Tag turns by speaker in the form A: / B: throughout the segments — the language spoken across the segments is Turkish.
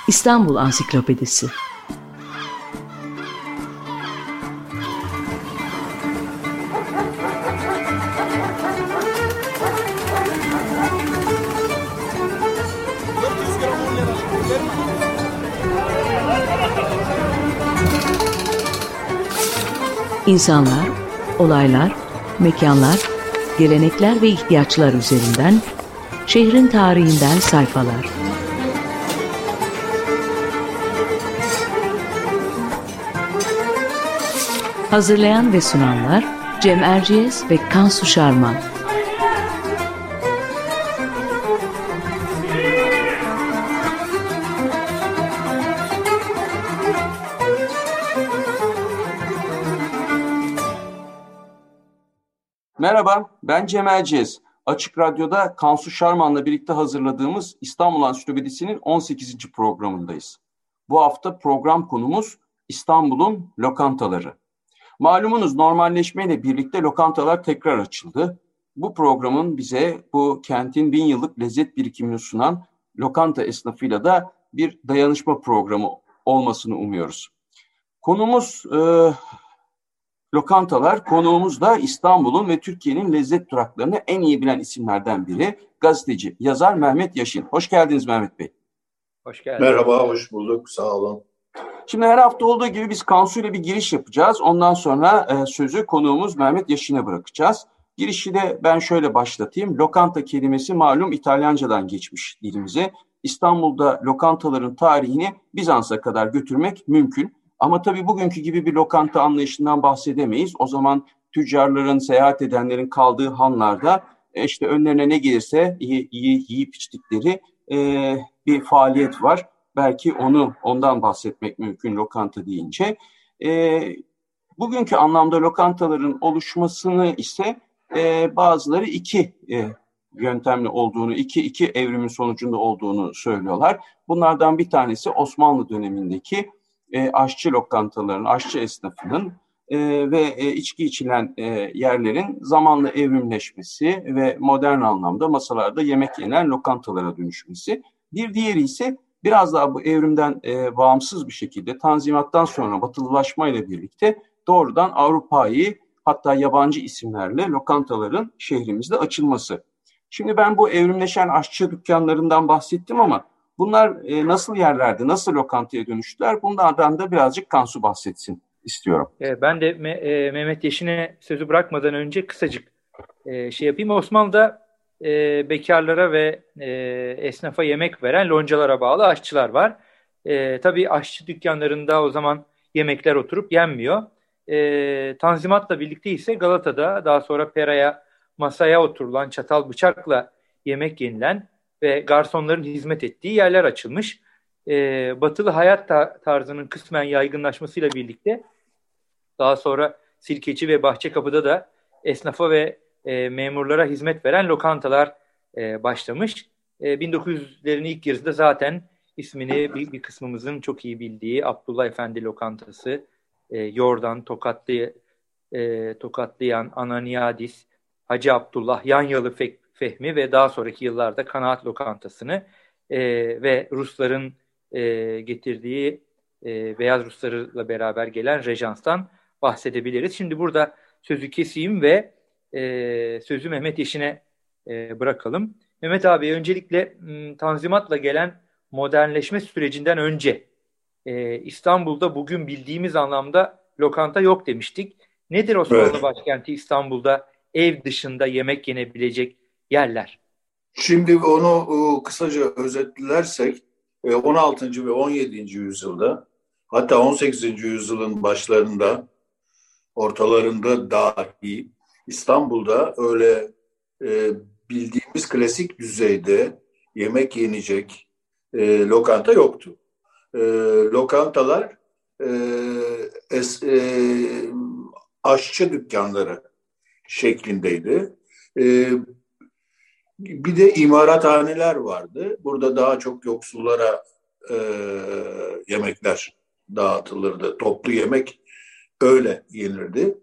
A: İstanbul Ansiklopedisi. İnsanlar, olaylar, mekanlar, gelenekler ve ihtiyaçlar üzerinden şehrin tarihinden sayfalar. Hazırlayan ve sunanlar Cem Erciyes ve Kansu Şarman.
B: Merhaba, ben Cem Erciyes. Açık Radyo'da Kansu Şarman'la birlikte hazırladığımız İstanbul Ansiklopedisi'nin 18. programındayız. Bu hafta program konumuz İstanbul'un lokantaları. Malumunuz normalleşmeyle birlikte lokantalar tekrar açıldı. Bu programın bize bu kentin 1000 yıllık lezzet birikimini sunan lokanta esnafıyla da bir dayanışma programı olmasını umuyoruz. Konumuz lokantalar, konuğumuz da İstanbul'un ve Türkiye'nin lezzet duraklarını en iyi bilen isimlerden biri, gazeteci, yazar Mehmet Yaşin. Hoş geldiniz Mehmet Bey.
C: Hoş geldiniz.
D: Merhaba, hoş bulduk. Sağ olun.
B: Şimdi her hafta olduğu gibi biz Kansu ile bir giriş yapacağız. Ondan sonra sözü konuğumuz Mehmet Yaşin'e bırakacağız. Girişi de ben şöyle başlatayım. Lokanta kelimesi malum İtalyancadan geçmiş dilimize. İstanbul'da lokantaların tarihini Bizans'a kadar götürmek mümkün. Ama tabii bugünkü gibi bir lokanta anlayışından bahsedemeyiz. O zaman tüccarların, seyahat edenlerin kaldığı hanlarda işte önlerine ne gelirse yiyip içtikleri bir faaliyet var. Belki ondan bahsetmek mümkün lokanta deyince. Bugünkü anlamda lokantaların oluşmasını ise bazıları iki yöntemli olduğunu, iki evrimin sonucunda olduğunu söylüyorlar. Bunlardan bir tanesi Osmanlı dönemindeki aşçı lokantaların, aşçı esnafının ve içki içilen yerlerin zamanla evrimleşmesi ve modern anlamda masalarda yemek yenen lokantalara dönüşmesi. Bir diğeri ise biraz daha bu evrimden bağımsız bir şekilde Tanzimat'tan sonra batılılaşmayla birlikte doğrudan Avrupa'yı hatta yabancı isimlerle lokantaların şehrimizde açılması. Şimdi ben bu evrimleşen aşçı dükkanlarından bahsettim ama bunlar nasıl yerlerdi, nasıl lokantaya dönüştüler? Bunlardan da birazcık Kansu bahsetsin istiyorum.
C: Ben de Mehmet Yeşin'e sözü bırakmadan önce kısacık yapayım. Osmanlı'da bekarlara ve esnafa yemek veren loncalara bağlı aşçılar var. Tabii aşçı dükkanlarında o zaman yemekler oturup yenmiyor. Tanzimat'la birlikte ise Galata'da daha sonra Pera'ya masaya oturulan çatal bıçakla yemek yenilen ve garsonların hizmet ettiği yerler açılmış. Batılı hayat tarzının kısmen yaygınlaşmasıyla birlikte daha sonra Sirkeci ve Bahçekapı'da da esnafa ve memurlara hizmet veren lokantalar başlamış. 1900'lerin ilk yarısında zaten ismini bir kısmımızın çok iyi bildiği Abdullah Efendi Lokantası, Yordan, Tokatlıyan, Ananiadis, Hacı Abdullah, Yanyalı Fehmi ve daha sonraki yıllarda Kanaat Lokantası'nı ve Rusların getirdiği Beyaz Ruslarla beraber gelen Rejans'tan bahsedebiliriz. Şimdi burada sözü keseyim ve sözü Mehmet Yeşin'e bırakalım. Mehmet abi, öncelikle Tanzimat'la gelen modernleşme sürecinden önce İstanbul'da bugün bildiğimiz anlamda lokanta yok demiştik. Nedir Osmanlı başkenti İstanbul'da ev dışında yemek yenebilecek yerler?
D: Şimdi onu kısaca özetlersek 16. ve 17. yüzyılda, hatta 18. yüzyılın başlarında, ortalarında dahi İstanbul'da öyle bildiğimiz klasik düzeyde yemek yenecek lokanta yoktu. Lokantalar aşçı dükkanları şeklindeydi. Bir de imarathaneler vardı. Burada daha çok yoksullara yemekler dağıtılırdı. Toplu yemek öyle yenirdi.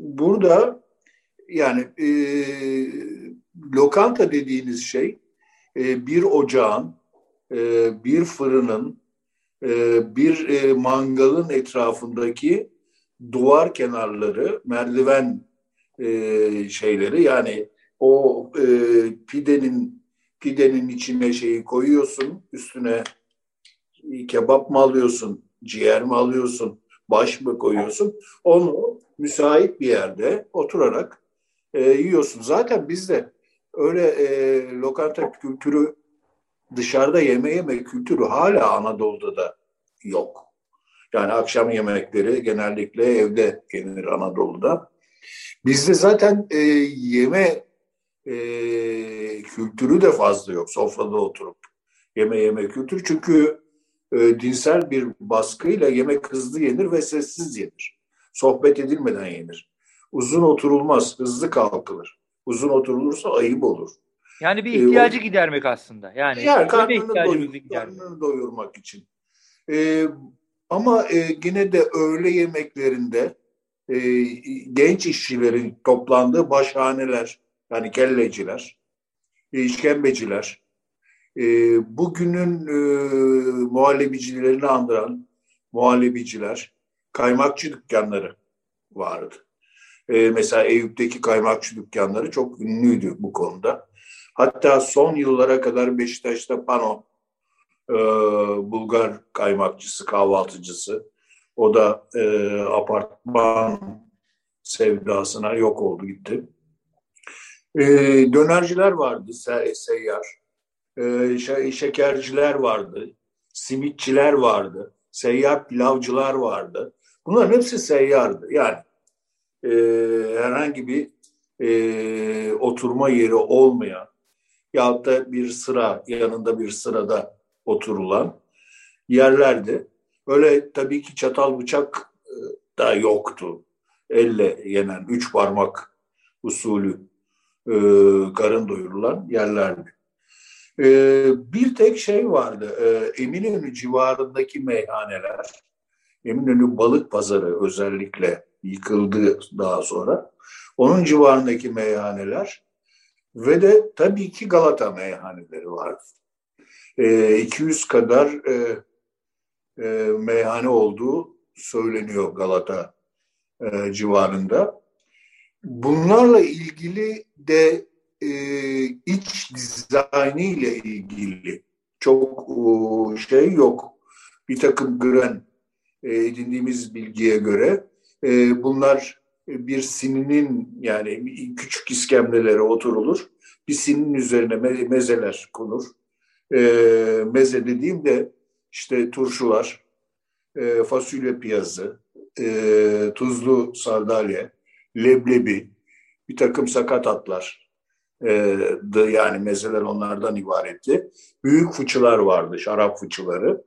D: Burada yani lokanta dediğiniz şey bir ocağın, bir fırının, bir mangalın etrafındaki duvar kenarları, merdiven şeyleri, yani o pidenin içine şeyi koyuyorsun, üstüne kebap mı alıyorsun, ciğer mi alıyorsun, baş mı koyuyorsun? Onu müsait bir yerde oturarak yiyorsun. Zaten bizde öyle lokanta kültürü, dışarıda yeme kültürü hala Anadolu'da da yok. Yani akşam yemekleri genellikle evde yenir Anadolu'da. Bizde zaten yeme kültürü de fazla yok. Sofrada oturup yeme kültürü. Çünkü dinsel bir baskıyla yemek hızlı yenir ve sessiz yenir. Sohbet edilmeden yenir. Uzun oturulmaz, hızlı kalkılır. Uzun oturulursa ayıp olur.
C: Yani bir ihtiyacı gidermek aslında. Yani
D: Yani
C: yeme ihtiyacımızı gidermek.
D: karnını doyurmak için. Ama yine de öğle yemeklerinde genç işçilerin toplandığı başhaneler, yani kelleciler, işkembeciler, bugünün muhallebicilerini andıran muhallebiciler, kaymakçı dükkanları vardı. Mesela Eyüp'teki kaymakçı dükkanları çok ünlüydü bu konuda. Hatta son yıllara kadar Beşiktaş'ta Pano, Bulgar kaymakçısı, kahvaltıcısı, o da apartman sevdasına yok oldu gitti. Dönerciler vardı, seyyar. Şekerciler vardı, simitçiler vardı, seyyar pilavcılar vardı. Bunların hepsi seyyardı. Yani herhangi bir oturma yeri olmayan yahut da bir sıra, yanında bir sırada oturulan yerlerdi. Öyle tabii ki çatal bıçak da yoktu. Elle yenen, üç parmak usulü karın doyurulan yerlerdi. Bir tek şey vardı. Eminönü civarındaki meyhaneler, Eminönü Balık Pazarı özellikle yıkıldı daha sonra. Onun civarındaki meyhaneler ve de tabii ki Galata meyhaneleri vardı. 200 kadar meyhane olduğu söyleniyor Galata civarında. Bunlarla ilgili de iç dizaynı ile ilgili çok şey yok. Bir takım edindiğimiz bilgiye göre bunlar bir sininin, yani küçük iskemlelere oturulur. Bir sinin üzerine mezeler konur. Meze dediğimde işte turşular, fasulye piyazı, tuzlu sardalya, leblebi, bir takım sakatatlar, yani mezeler onlardan ibaretti. Büyük fıçılar vardı, şarap fıçıları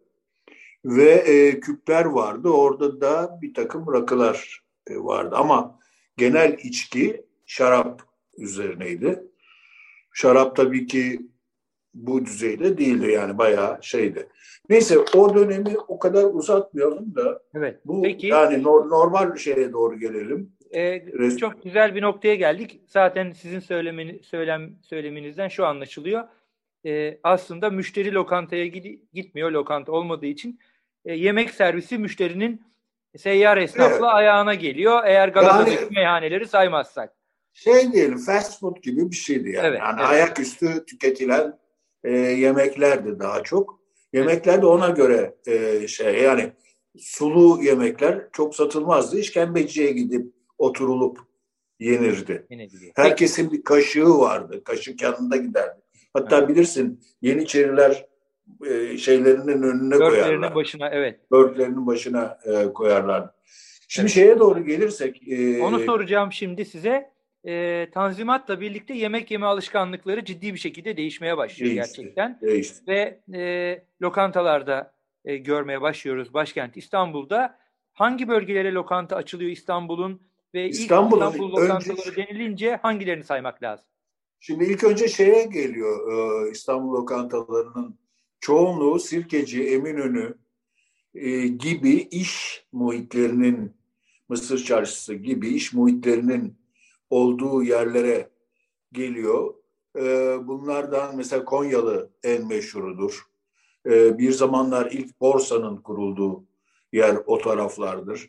D: ve küpler vardı. Orada da bir takım rakılar vardı ama genel içki şarap üzerineydi. Şarap tabii ki bu düzeyde değildi, yani bayağı şeydi. Neyse, o dönemi o kadar uzatmayalım da
C: evet.
D: bu
C: Peki,
D: yani normal bir şeye doğru gelelim.
C: Çok güzel bir noktaya geldik. Zaten sizin söyleminizden şu anlaşılıyor. Aslında müşteri lokantaya gitmiyor, lokanta olmadığı için. Yemek servisi müşterinin seyyar esnafla ayağına geliyor. Eğer Galata'daki meyhaneleri saymazsak.
D: Şey diyelim, fast food gibi bir şeydi yani.
C: Evet,
D: yani
C: evet.
D: Ayaküstü tüketilen yemeklerdi daha çok. Yemekler de ona göre yani sulu yemekler çok satılmazdı. İşkembeciye gidip oturulup yenirdi. Herkesin bir kaşığı vardı. Kaşık yanında giderdi. Hatta bilirsin, Yeniçeriler şeylerinin önüne koyarlar.
C: Başına, evet.
D: Börtlerinin başına koyarlar. Şimdi şeye doğru gelirsek.
C: Onu soracağım şimdi size. Tanzimat'la birlikte yemek yeme alışkanlıkları ciddi bir şekilde değişmeye başlıyor gerçekten.
D: Değişti.
C: Ve lokantalarda görmeye başlıyoruz başkent İstanbul'da. Hangi bölgelere lokanta açılıyor İstanbul'un ve İstanbul lokantaları denilince hangilerini saymak lazım?
D: Şimdi ilk önce şeye geliyor, İstanbul lokantalarının çoğunluğu Sirkeci, Eminönü gibi iş muhitlerinin, Mısır Çarşısı gibi iş muhitlerinin olduğu yerlere geliyor. Bunlardan mesela Konyalı en meşhurudur. Bir zamanlar ilk borsanın kurulduğu yer o taraflardır.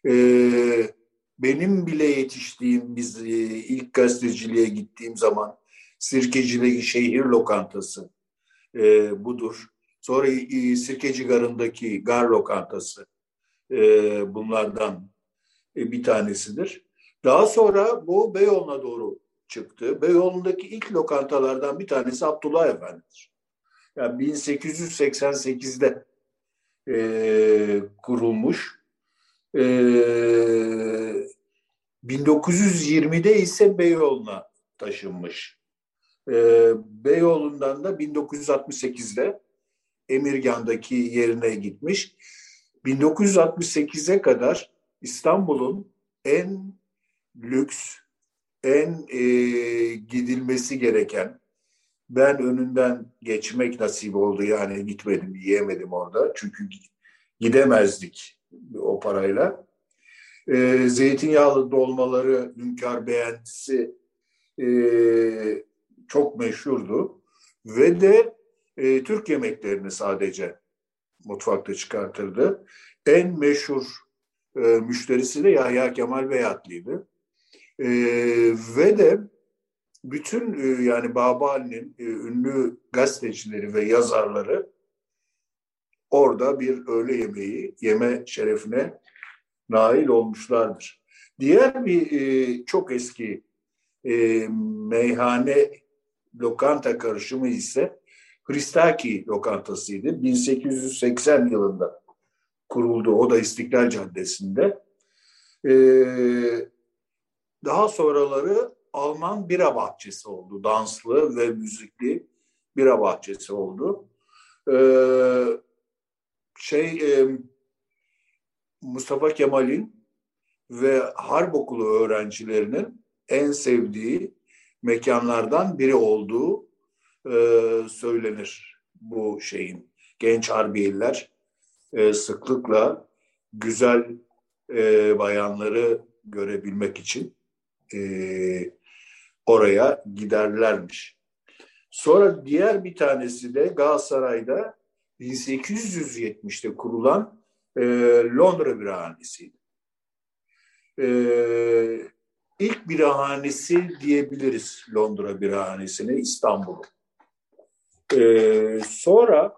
D: Benim bile yetiştiğim, ilk gazeteciliğe gittiğim zaman Sirkeci'deki şehir lokantası budur. Sonra Sirkeci Garı'ndaki gar lokantası bunlardan bir tanesidir. Daha sonra bu Beyoğlu'na doğru çıktı. Beyoğlu'ndaki ilk lokantalardan bir tanesi Abdullah Efendi'dir. Yani 1888'de kurulmuş. 1920'de ise Beyoğlu'na taşınmış. Beyoğlu'ndan da 1968'de Emirgan'daki yerine gitmiş. 1968'e kadar İstanbul'un en lüks, en gidilmesi gereken, ben önünden geçmek nasip oldu, yani gitmedim, yiyemedim orada çünkü gidemezdik o parayla. Zeytinyağlı dolmaları Hünkar Beğendisi çok meşhurdu ve de Türk yemeklerini sadece mutfakta çıkartırdı. En meşhur müşterisi de Yahya Kemal Beyatlı'ydı. Ve de bütün yani Babali'nin ünlü gazetecileri ve yazarları orada bir öğle yemeği yeme şerefine nail olmuşlardır. Diğer bir çok eski meyhane lokanta karışımı ise Hristaki lokantasıydı. 1880 yılında kuruldu. O da İstiklal Caddesi'nde. Daha sonraları Alman bira bahçesi oldu. Danslı ve müzikli bira bahçesi oldu. Mustafa Kemal'in ve Harp Okulu öğrencilerinin en sevdiği mekanlardan biri olduğu söylenir bu şeyin. Genç harbiyeliler sıklıkla güzel bayanları görebilmek için oraya giderlermiş. Sonra diğer bir tanesi de Galatasaray'da 1870'te kurulan Londra Birahanesi'ydi. İlk birahanesi diyebiliriz Londra Birahanesi'ne, İstanbul'u. Sonra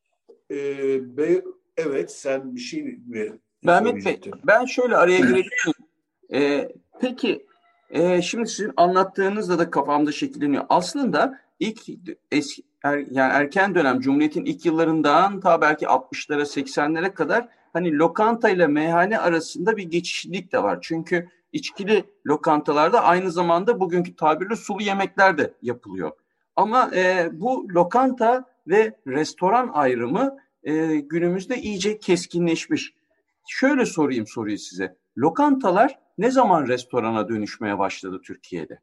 D: evet, sen bir şey mi
B: Mehmet Bey, ben şöyle araya girebilirim. Peki, şimdi sizin anlattığınızda da kafamda şekilleniyor. Aslında ilk yani erken dönem Cumhuriyet'in ilk yıllarından ta belki 60'lara 80'lere kadar hani lokanta ile meyhane arasında bir geçişlik de var. Çünkü içkili lokantalarda aynı zamanda bugünkü tabirle sulu yemekler de yapılıyor. Ama bu lokanta ve restoran ayrımı günümüzde iyice keskinleşmiş. Şöyle sorayım soruyu size. Lokantalar ne zaman restorana dönüşmeye başladı Türkiye'de?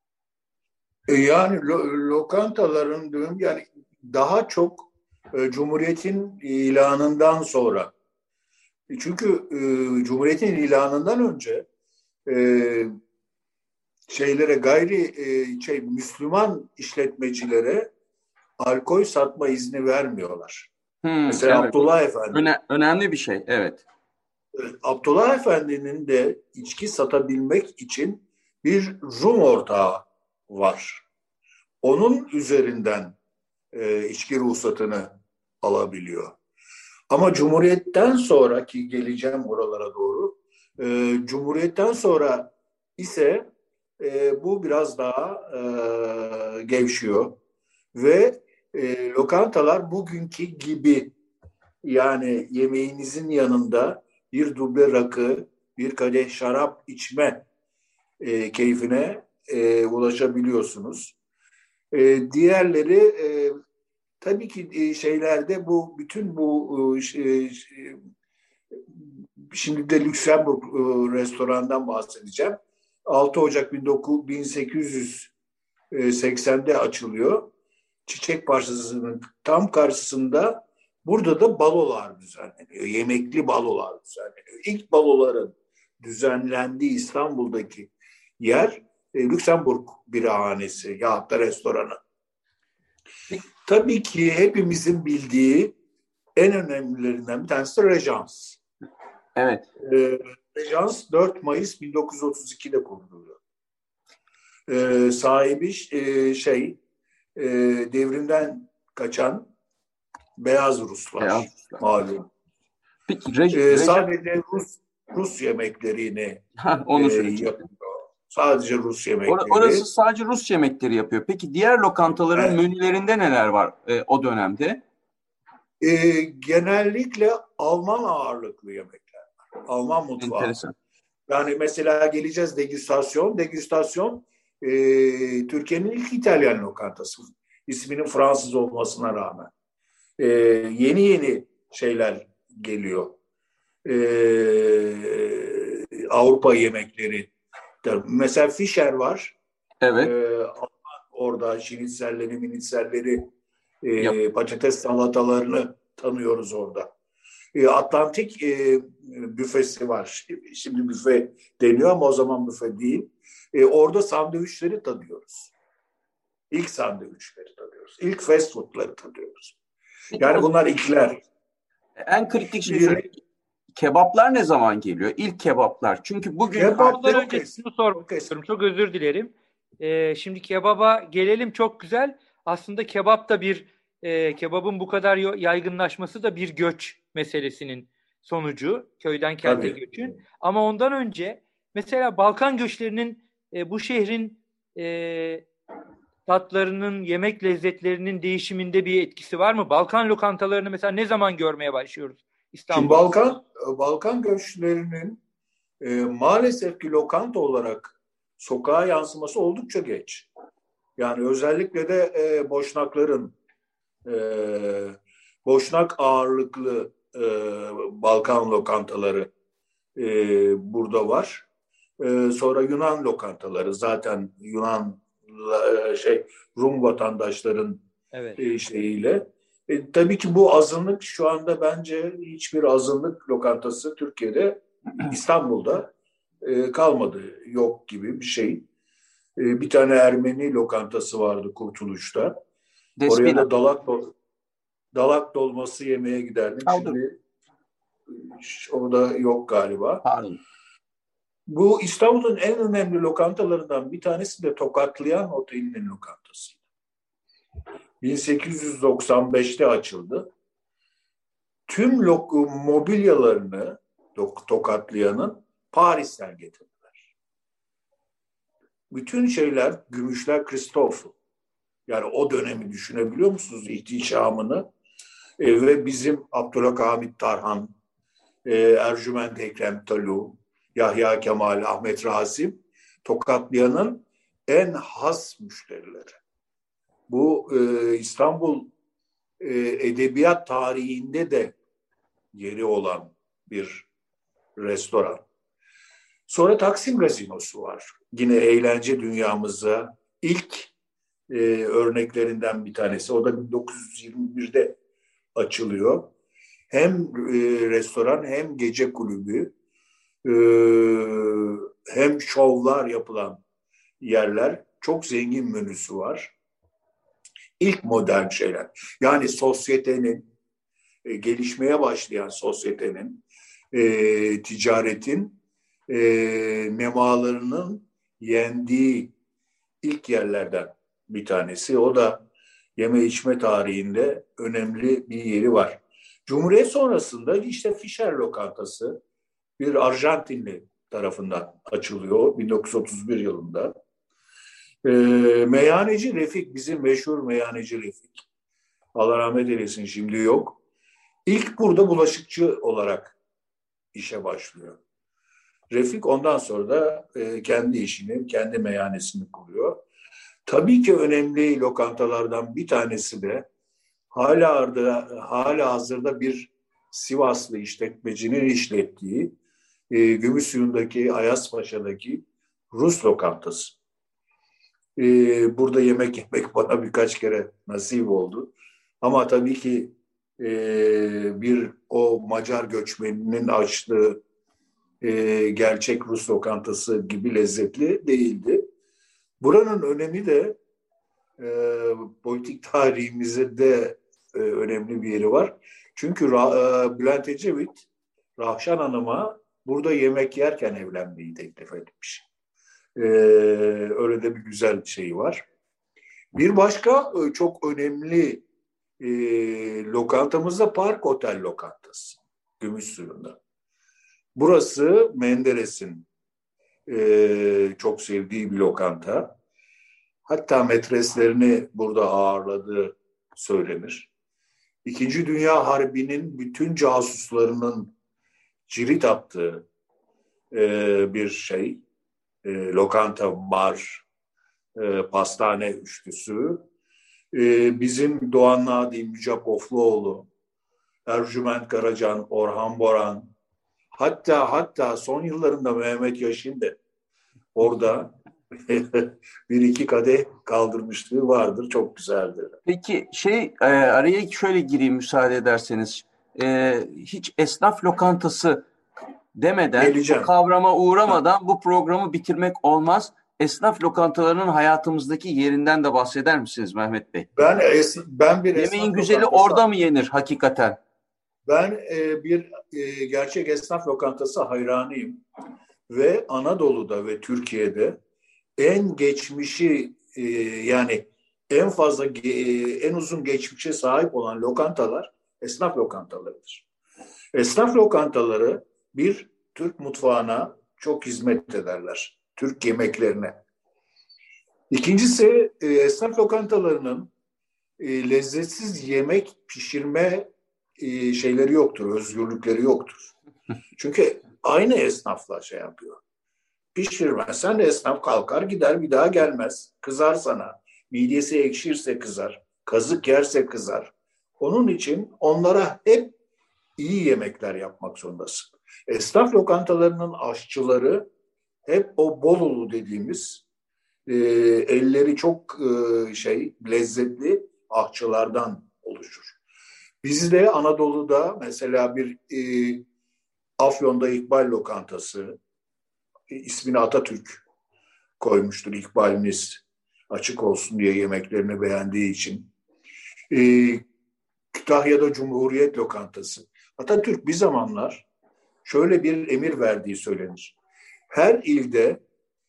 D: Yani lokantaların yani daha çok Cumhuriyet'in ilanından sonra. Çünkü Cumhuriyet'in ilanından önce Müslüman işletmecilere alkol satma izni vermiyorlar. Mesela
B: evet.
D: Abdullah Efendi.
B: Önemli bir şey, evet.
D: Abdullah Efendi'nin de içki satabilmek için bir Rum ortağı var. Onun üzerinden içki ruhsatını alabiliyor. Ama Cumhuriyet'ten sonra, ki geleceğim oralara doğru, Cumhuriyet'ten sonra ise bu biraz daha gevşiyor ve lokantalar bugünkü gibi, yani yemeğinizin yanında bir duble rakı, bir kadeh şarap içme keyfine ulaşabiliyorsunuz. Diğerleri tabii ki şeylerde bütün bu şimdi de Lüksemburg restorandan bahsedeceğim. 6 Ocak 1880'de açılıyor. Çiçek Bahçesi'nin tam karşısında, burada da balolar düzenleniyor. Yemekli balolar düzenleniyor. İlk baloların düzenlendiği İstanbul'daki yer Lüksemburg birahanesi ya da restoranı. Tabii ki hepimizin bildiği en önemlilerinden bir tanesi de Rejans.
B: Evet.
D: Rejans 4 Mayıs 1932'de kuruluyor. Sahibi devrimden kaçan Beyaz Ruslar malum.
B: Peki,
D: sadece Rus yemeklerini
B: onu
D: yapıyor. Sadece Rus yemekleri.
B: Orası sadece Rus yemekleri yapıyor. Peki diğer lokantaların menülerinde neler var o dönemde?
D: Genellikle Alman ağırlıklı yemekler var. Alman mutfağı.
B: Enteresan.
D: Yani mesela geleceğiz degüstasyon. Degüstasyon Türkiye'nin ilk İtalyan lokantası. İsminin Fransız olmasına rağmen. Yeni şeyler geliyor. Avrupa yemekleri. Mesela Fischer var.
B: Evet.
D: Orada şinitselleri, patates salatalarını tanıyoruz orada. Atlantik büfesi var. Şimdi büfe deniyor ama o zaman büfe değil. Orada sandviçleri tadıyoruz. İlk sandviçleri tadıyoruz. İlk fast food'ları tadıyoruz. Yani bunlar ilkler.
B: En kritik şey şu. Kebaplar ne zaman geliyor? İlk kebaplar. Çünkü bugün...
C: Kebaplar önce şunu sormak istiyorum. Çok özür dilerim. Şimdi kebaba gelelim, çok güzel. Aslında kebap da kebabın bu kadar yaygınlaşması da bir göç meselesinin sonucu. Köyden kente göçün. Ama ondan önce mesela Balkan göçlerinin bu şehrin tatlarının, yemek lezzetlerinin değişiminde bir etkisi var mı? Balkan lokantalarını mesela ne zaman görmeye başlıyoruz İstanbul'da?
D: Şimdi Balkan göçlerinin maalesef ki lokanta olarak sokağa yansıması oldukça geç. Yani özellikle de Boşnak ağırlıklı Balkan lokantaları burada var. Sonra Yunan lokantaları, zaten Rum vatandaşların şeyiyle. Tabii ki bu azınlık şu anda bence hiçbir azınlık lokantası Türkiye'de, İstanbul'da kalmadı. Yok gibi bir şey. Bir tane Ermeni lokantası vardı Kurtuluş'ta. Oraya da dalak dolması yemeye giderdim. Şimdi o da yok galiba.
B: Pardon.
D: Bu İstanbul'un en önemli lokantalarından bir tanesi de Tokatlayan Oteli'nin lokantası. 1895'te açıldı. Tüm mobilyalarını Tokatlayan'ın Paris'ten getirdiler. Bütün şeyler, gümüşler Christophe. Yani o dönemi düşünebiliyor musunuz? İhtişamını. Ve bizim Abdülhamit Tarhan, Ercüment Ekrem Talu, Yahya Kemal, Ahmet Rasim, Tokatlayan'ın en has müşterileri. Bu İstanbul edebiyat tarihinde de yeri olan bir restoran. Sonra Taksim Gazinosu var. Yine eğlence dünyamıza ilk örneklerinden bir tanesi. O da 1921'de açılıyor. Hem restoran hem gece kulübü hem şovlar yapılan yerler. Çok zengin menüsü var. İlk modern şeyler. Yani sosyetenin, gelişmeye başlayan sosyetenin, ticaretin nemalarının yendiği ilk yerlerden bir tanesi. O da yeme içme tarihinde önemli bir yeri var. Cumhuriyet sonrasında işte Fischer lokantası bir Arjantinli tarafından açılıyor 1931 yılında. Meyhaneci Refik, bizim meşhur meyhaneci Refik. Allah rahmet eylesin, şimdi yok. İlk burada bulaşıkçı olarak işe başlıyor. Refik ondan sonra da kendi işini, kendi meyhanesini kuruyor. Tabii ki önemli lokantalardan bir tanesi de hala hazırda bir Sivaslı işletmecinin işlettiği Gümüşsuyu'ndaki Ayaspaşa'daki Rus lokantası. Burada yemek bana birkaç kere nasip oldu. Ama tabii ki o Macar göçmeninin açtığı gerçek Rus lokantası gibi lezzetli değildi. Buranın önemi de politik tarihimizde önemli bir yeri var. Çünkü Bülent Ecevit Rahşan Hanım'a burada yemek yerken evlenmeyi teklif etmiş. Öyle de bir güzel şey var. Bir başka çok önemli lokantamız da Park Otel Lokantası. Gümüşsuyu'nda. Burası Menderes'in çok sevdiği bir lokanta. Hatta metreslerini burada ağırladığı söylenir. İkinci Dünya Harbi'nin bütün casuslarının cirit attığı bir şey. Lokanta, bar, pastane üçlüsü. Bizim Doğan Nadi, Mücap Ofluoğlu, Ercüment Karacan, Orhan Boran, hatta son yıllarında Mehmet Yaşin de orada bir iki kadeh kaldırmışlığı vardır. Çok güzeldir.
B: Peki araya şöyle gireyim müsaade ederseniz. Hiç esnaf lokantası demeden, bu kavrama uğramadan bu programı bitirmek olmaz. Esnaf lokantalarının hayatımızdaki yerinden de bahseder misiniz Mehmet Bey?
D: Ben bir
B: yemeğin güzeli orada mı yenir hakikaten?
D: Ben bir gerçek esnaf lokantası hayranıyım. Ve Anadolu'da ve Türkiye'de en geçmişi yani en fazla en uzun geçmişe sahip olan lokantalar esnaf lokantalarıdır. Esnaf lokantaları bir Türk mutfağına çok hizmet ederler. Türk yemeklerine. İkincisi esnaf lokantalarının lezzetsiz yemek pişirme şeyleri yoktur, özgürlükleri yoktur. Çünkü aynı esnafla şey yapıyor. Pişirmezsen esnaf kalkar gider bir daha gelmez. Kızar sana. Midesi ekşirse kızar. Kazık yerse kızar. Onun için onlara hep iyi yemekler yapmak zorundasın. Esnaf lokantalarının aşçıları hep o Bolulu dediğimiz elleri çok lezzetli aşçılardan oluşur. Bizde Anadolu'da mesela bir Afyon'da İkbal Lokantası, ismini Atatürk koymuştur, İkbaliniz açık olsun diye yemeklerini beğendiği için. Kütahya'da Cumhuriyet Lokantası. Atatürk bir zamanlar şöyle bir emir verdiği söylenir. Her ilde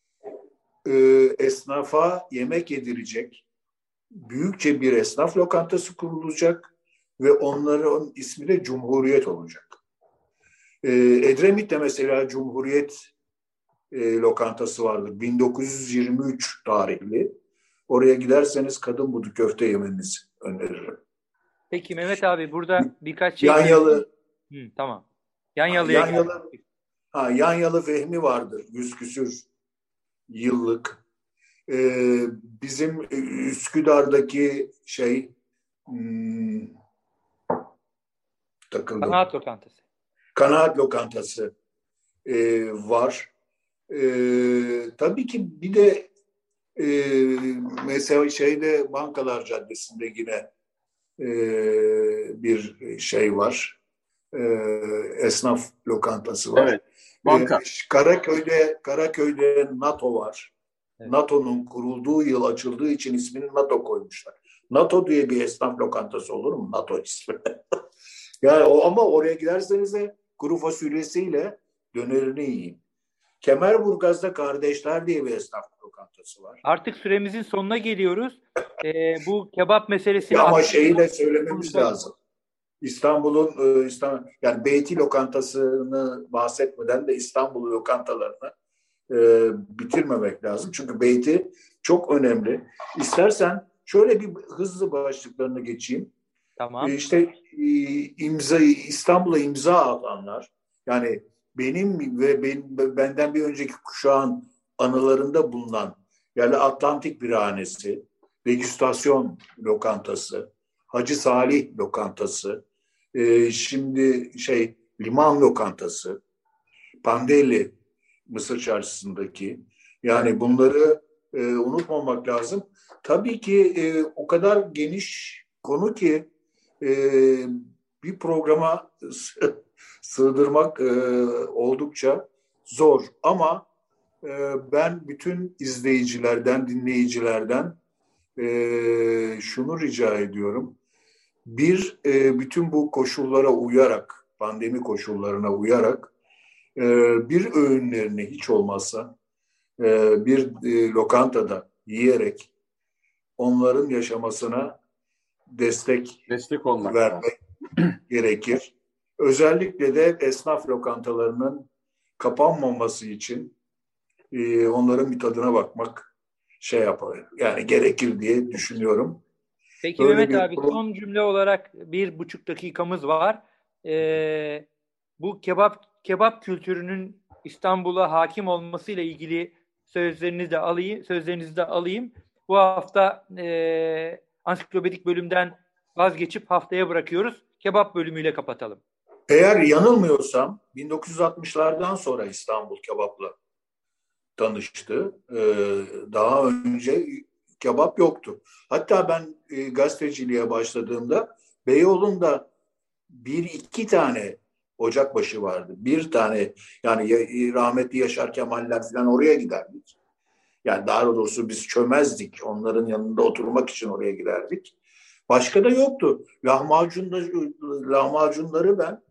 D: esnafa yemek yedirecek büyükçe bir esnaf lokantası kurulacak ve onların ismi de Cumhuriyet olacak. Edremit'te mesela Cumhuriyet lokantası vardır. 1923 tarihli. Oraya giderseniz kadın budu köfte yemenizi öneririm.
C: Peki Mehmet abi burada birkaç şey...
D: Yanyalı.
C: Tamam. Yanyalı'ya
D: Yanyalı Fehmi vardır. 100 küsür yıllık. Bizim Üsküdar'daki takıldım.
C: Kanaat Lokantası.
D: Kanaat Lokantası var. Tabii ki bir de mesela Bankalar Caddesi'nde yine bir şey var. Esnaf lokantası var.
B: Evet. Banka.
D: Karaköy'de NATO var. Evet. NATO'nun kurulduğu yıl açıldığı için ismini NATO koymuşlar. NATO diye bir esnaf lokantası olur mu? NATO ismi. Yani ama oraya giderseniz de kuru fasulyesiyle dönerini yiyin. Kemerburgaz'da Kardeşler diye bir esnaf lokantası var.
C: Artık süremizin sonuna geliyoruz. Bu kebap meselesini...
D: Ama şeyi de söylememiz lazım. İstanbul'un yani Beyti lokantasını bahsetmeden de İstanbul lokantalarını bitirmemek lazım. Çünkü Beyti çok önemli. İstersen şöyle bir hızlı başlıklarını geçeyim.
C: Tamam.
D: İstanbul'a imza atanlar, yani benim ve benden bir önceki kuşağın anılarında bulunan yani Atlantik Birhanesi, Degüstasyon Lokantası, Hacı Salih Lokantası, şimdi Liman Lokantası, Pandeli Mısır Çarşısı'ndaki, yani bunları unutmamak lazım. Tabii ki o kadar geniş konu ki bir programa sığdırmak oldukça zor. Ama Ben bütün izleyicilerden, dinleyicilerden şunu rica ediyorum. Bütün bu koşullara uyarak, pandemi koşullarına uyarak bir öğünlerini hiç olmazsa bir lokantada yiyerek onların yaşamasına destek
B: olmak
D: vermek gerekir. Özellikle de esnaf lokantalarının kapanmaması için onların bir tadına bakmak yapar. Yani gerekir diye düşünüyorum.
C: Peki böyle Mehmet abi, son cümle olarak 1,5 dakikamız var. Bu kebap kültürünün İstanbul'a hakim olmasıyla ilgili sözlerinizi de alayım. Bu hafta ansiklopedik bölümden vazgeçip haftaya bırakıyoruz. Kebap bölümüyle kapatalım.
D: Eğer yanılmıyorsam 1960'lardan sonra İstanbul kebapla tanıştı. Daha önce kebap yoktu. Hatta ben gazeteciliğe başladığımda Beyoğlu'nda 1-2 tane ocakbaşı vardı. Bir tane, yani rahmetli Yaşar Kemaller falan oraya giderdik. Yani daha doğrusu biz çömezdik. Onların yanında oturmak için oraya giderdik. Başka da yoktu. Lahmacunları ben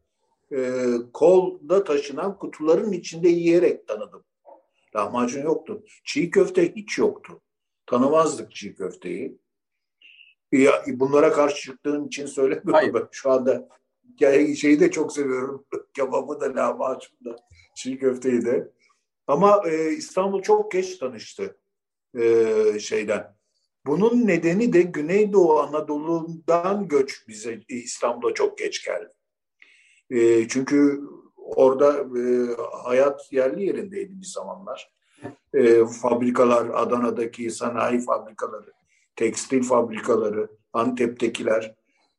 D: kolda taşınan kutuların içinde yiyerek tanıdım. Lahmacun yoktu. Çiğ köfte hiç yoktu. Tanımazdık çiğ köfteyi. Bunlara karşı çıktığım için söylemiyorum.
B: Hayır.
D: Ben şu anda şeyi de çok seviyorum. Kebabı da, lahmacunu da, çiğ köfteyi de. Ama İstanbul çok geç tanıştı şeyden. Bunun nedeni de Güneydoğu Anadolu'dan göç bize İstanbul'a çok geç geldi. Çünkü orada hayat yerli yerindeydi bir zamanlar. Fabrikalar, Adana'daki sanayi fabrikaları, tekstil fabrikaları, Antep'tekiler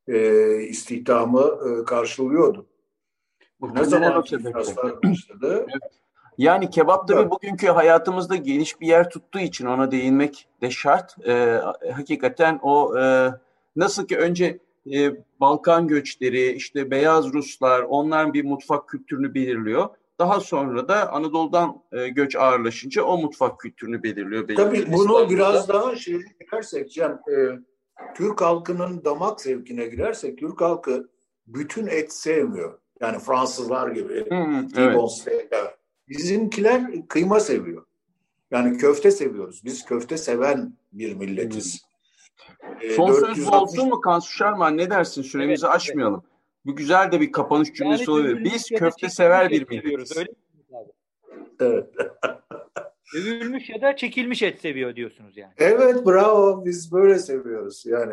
D: istihdamı karşılıyordu. Ne zaman ihtiraslar başladı?
B: Evet. Yani kebap tabii bugünkü hayatımızda geniş bir yer tuttuğu için ona değinmek de şart. Hakikaten o nasıl ki önce Balkan göçleri, işte Beyaz Ruslar, onlar bir mutfak kültürünü belirliyor. Daha sonra da Anadolu'dan göç ağırlaşınca o mutfak kültürünü belirliyor.
D: Tabii bunu biraz daha girersek Cem, Türk halkının damak zevkine girersek, Türk halkı bütün et sevmiyor. Yani Fransızlar gibi. Evet. Bizimkiler kıyma seviyor. Yani köfte seviyoruz. Biz köfte seven bir milletiz.
B: Son söz bu olsun mu Kansu Şarman? Ne dersin? Süremizi aşmayalım. Evet. Bu güzel de bir kapanış cümlesi olabilir. Biz köfte sever bir milletiz.
C: Öyle mi abi?
D: Evet.
C: Dövülmüş ya da çekilmiş et seviyor diyorsunuz yani.
D: Evet, bravo. Biz böyle seviyoruz yani.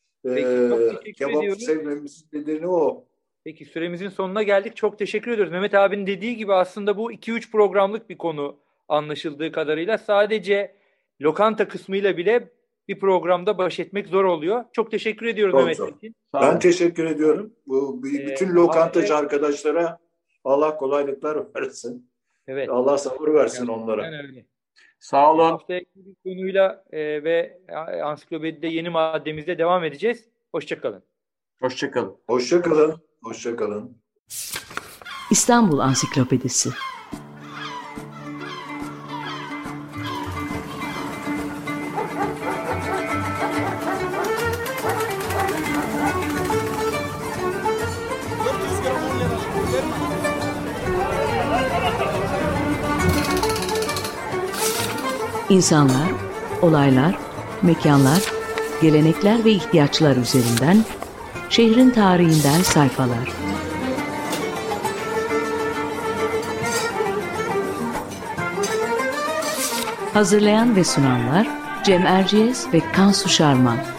D: Kebap
C: ediyoruz.
D: Sevmemizin nedeni o.
C: Peki, süremizin sonuna geldik. Çok teşekkür ediyoruz. Mehmet abinin dediği gibi aslında bu 2-3 programlık bir konu anlaşıldığı kadarıyla. Sadece lokanta kısmıyla bile bir programda baş etmek zor oluyor. Çok teşekkür ediyoruz Mehmet Bey.
D: Ben teşekkür ediyorum. Bütün lokantacı arkadaşlara Allah kolaylıklar versin.
C: Evet.
D: Allah sabır versin onlara.
C: Öyle.
B: Sağ olun.
C: Haftaki bir konuyla ve ansiklopedide yeni maddemizde devam edeceğiz. Hoşçakalın.
B: Hoşçakalın.
D: Hoşçakalın. Hoşçakalın.
A: İstanbul Ansiklopedisi. İnsanlar, olaylar, mekanlar, gelenekler ve ihtiyaçlar üzerinden şehrin tarihinden sayfalar. Hazırlayan ve sunanlar Cem Erciyes ve Kansu Şarman.